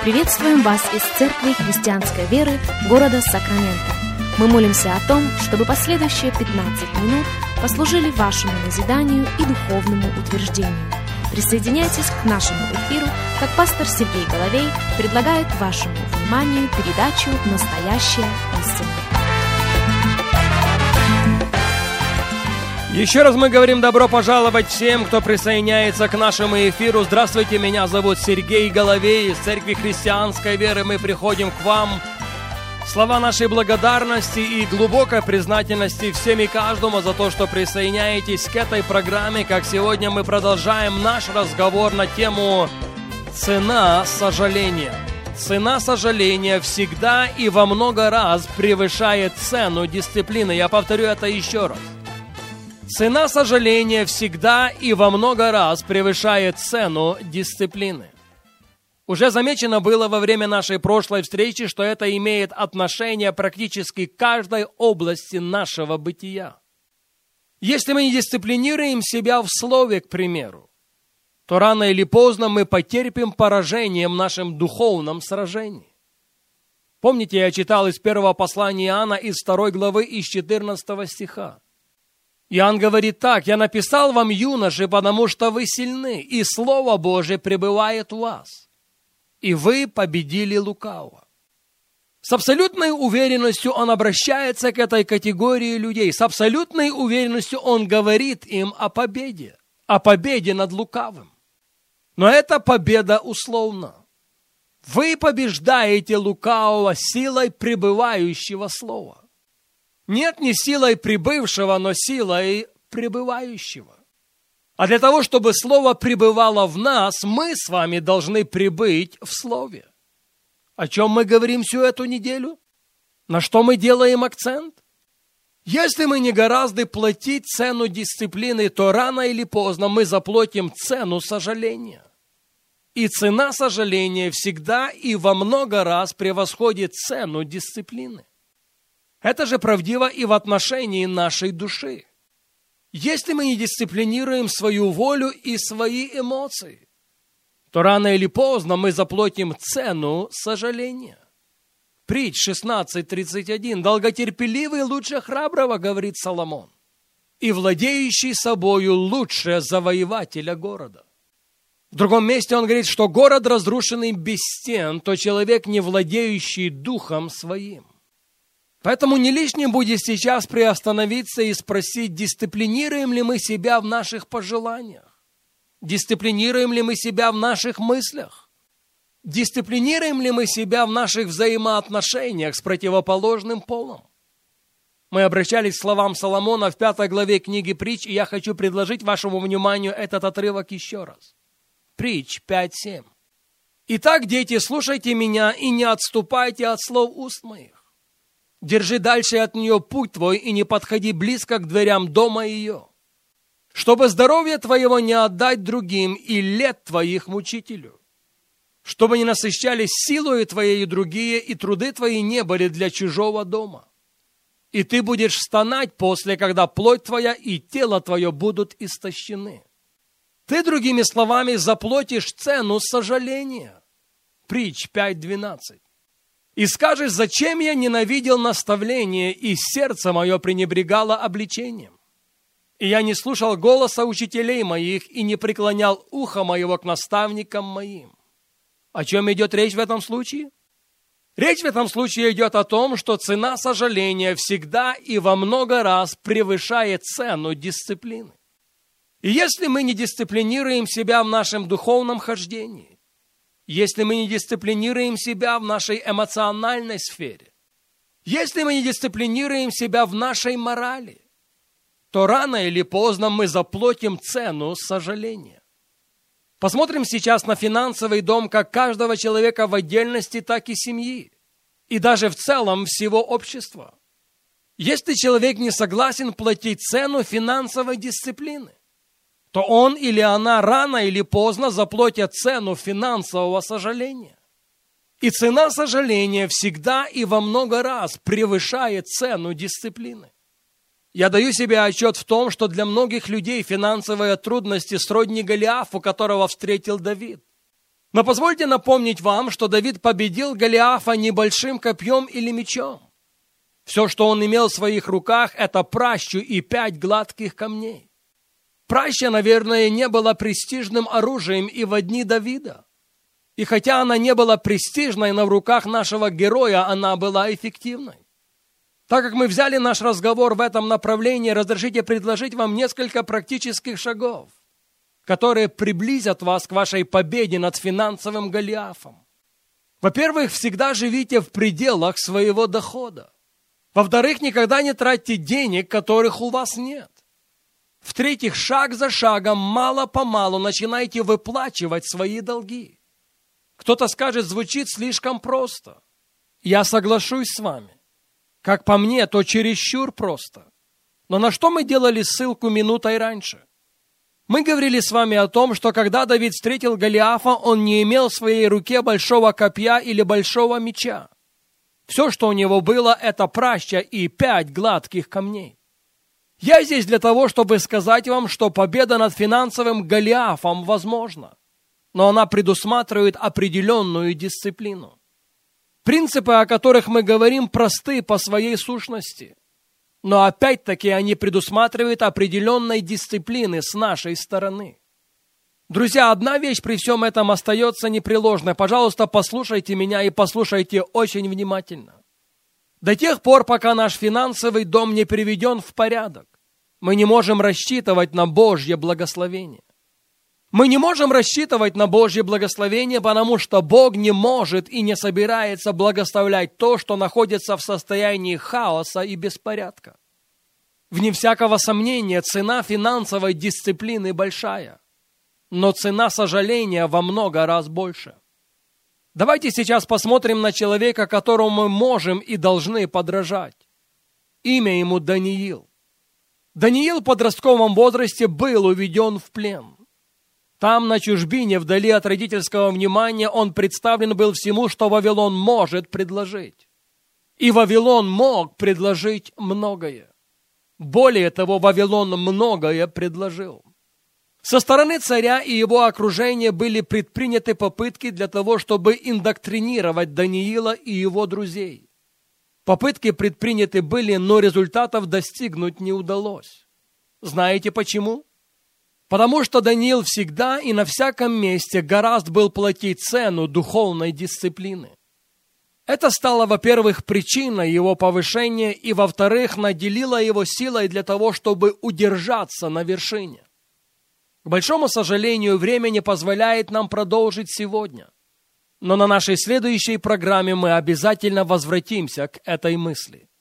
Приветствуем вас из Церкви Христианской Веры города Сакраменто. Мы молимся о том, чтобы последующие 15 минут послужили вашему назиданию и духовному утверждению. Присоединяйтесь к нашему эфиру, как пастор Сергей Головей предлагает вашему вниманию передачу «Настоящая истина». Еще раз мы говорим добро пожаловать всем, кто присоединяется к нашему эфиру. Здравствуйте, меня зовут Сергей Головей. Из Церкви Христианской Веры мы приходим к вам. Слова нашей благодарности и глубокой признательности всем и каждому за то, что присоединяетесь к этой программе. Как сегодня мы продолжаем наш разговор на тему «Цена сожаления». Цена сожаления всегда и во много раз превышает цену дисциплины. Я повторю это еще раз. Цена сожаления всегда и во много раз превышает цену дисциплины. Уже замечено было во время нашей прошлой встречи, что это имеет отношение практически к каждой области нашего бытия. Если мы не дисциплинируем себя в слове, к примеру, то рано или поздно мы потерпим поражение в нашем духовном сражении. Помните, я читал из первого послания Иоанна, из 2 главы, из 14 стиха. Иоанн говорит так: «Я написал вам, юноши, потому что вы сильны, и Слово Божие пребывает в вас, и вы победили лукавого». С абсолютной уверенностью он обращается к этой категории людей. С абсолютной уверенностью он говорит им о победе над лукавым. Но эта победа условна. Вы побеждаете лукавого силой пребывающего слова. Нет, не силой прибывшего, но силой пребывающего. А для того, чтобы слово пребывало в нас, мы с вами должны пребыть в слове. О чем мы говорим всю эту неделю? На что мы делаем акцент? Если мы не гораздо платить цену дисциплины, то рано или поздно мы заплатим цену сожаления. И цена сожаления всегда и во много раз превосходит цену дисциплины. Это же правдиво и в отношении нашей души. Если мы не дисциплинируем свою волю и свои эмоции, то рано или поздно мы заплатим цену сожаления. Притч 16:31. «Долготерпеливый лучше храброго, — говорит Соломон, — и владеющий собою лучше завоевателя города». В другом месте он говорит, что город, разрушенный без стен, то человек, не владеющий духом своим. Поэтому не лишним будет сейчас приостановиться и спросить, дисциплинируем ли мы себя в наших пожеланиях, дисциплинируем ли мы себя в наших мыслях, дисциплинируем ли мы себя в наших взаимоотношениях с противоположным полом. Мы обращались к словам Соломона в 5 главе книги Притч, и я хочу предложить вашему вниманию этот отрывок еще раз. Притч 5:7. «Итак, дети, слушайте меня и не отступайте от слов уст моих. Держи дальше от нее путь твой и не подходи близко к дверям дома ее, чтобы здоровье твоего не отдать другим и лет твоих мучителю, чтобы не насыщались силою твоей другие, и труды твои не были для чужого дома. И ты будешь стонать после, когда плоть твоя и тело твое будут истощены. Ты, другими словами, заплатишь цену сожаления». Притч 5:12. «И скажешь, зачем я ненавидел наставление, и сердце мое пренебрегало обличением? И я не слушал голоса учителей моих, и не преклонял ухо моего к наставникам моим». О чем идет речь в этом случае? Речь в этом случае идет о том, что цена сожаления всегда и во много раз превышает цену дисциплины. И если мы не дисциплинируем себя в нашем духовном хождении, если мы не дисциплинируем себя в нашей эмоциональной сфере, если мы не дисциплинируем себя в нашей морали, то рано или поздно мы заплатим цену сожаления. Посмотрим сейчас на финансовый дом как каждого человека в отдельности, так и семьи, и даже в целом всего общества. Если человек не согласен платить цену финансовой дисциплины, то он или она рано или поздно заплатят цену финансового сожаления. И цена сожаления всегда и во много раз превышает цену дисциплины. Я даю себе отчет в том, что для многих людей финансовые трудности сродни Голиафу, которого встретил Давид. Но позвольте напомнить вам, что Давид победил Голиафа не большим копьем или мечом. Все, что он имел в своих руках, это пращу и 5 гладких камней. Праща, наверное, не была престижным оружием и во дни Давида. И хотя она не была престижной, но в руках нашего героя она была эффективной. Так как мы взяли наш разговор в этом направлении, разрешите предложить вам несколько практических шагов, которые приблизят вас к вашей победе над финансовым Голиафом. Во-первых, всегда живите в пределах своего дохода. Во-вторых, никогда не тратьте денег, которых у вас нет. В-третьих, шаг за шагом, мало-помалу начинайте выплачивать свои долги. Кто-то скажет, звучит слишком просто. Я соглашусь с вами. Как по мне, то чересчур просто. Но на что мы делали ссылку минутой раньше? Мы говорили с вами о том, что когда Давид встретил Голиафа, он не имел в своей руке большого копья или большого меча. Все, что у него было, это праща и 5 гладких камней. Я здесь для того, чтобы сказать вам, что победа над финансовым Голиафом возможна, но она предусматривает определенную дисциплину. Принципы, о которых мы говорим, просты по своей сущности, но опять-таки они предусматривают определенной дисциплины с нашей стороны. Друзья, одна вещь при всем этом остается непреложной. Пожалуйста, послушайте меня и послушайте очень внимательно. До тех пор, пока наш финансовый дом не приведен в порядок, мы не можем рассчитывать на Божье благословение. Мы не можем рассчитывать на Божье благословение, потому что Бог не может и не собирается благословлять то, что находится в состоянии хаоса и беспорядка. Вне всякого сомнения, цена финансовой дисциплины большая, но цена сожаления во много раз больше. Давайте сейчас посмотрим на человека, которому мы можем и должны подражать. Имя ему Даниил. Даниил в подростковом возрасте был уведен в плен. Там, на чужбине, вдали от родительского внимания, он представлен был всему, что Вавилон может предложить. И Вавилон мог предложить многое. Более того, Вавилон многое предложил. Со стороны царя и его окружения были предприняты попытки для того, чтобы индоктринировать Даниила и его друзей. Попытки предприняты были, но результатов достигнуть не удалось. Знаете почему? Потому что Даниил всегда и на всяком месте гораздо был платить цену духовной дисциплины. Это стало, во-первых, причиной его повышения, и, во-вторых, наделило его силой для того, чтобы удержаться на вершине. К большому сожалению, время не позволяет нам продолжить сегодня. Но на нашей следующей программе мы обязательно возвратимся к этой мысли.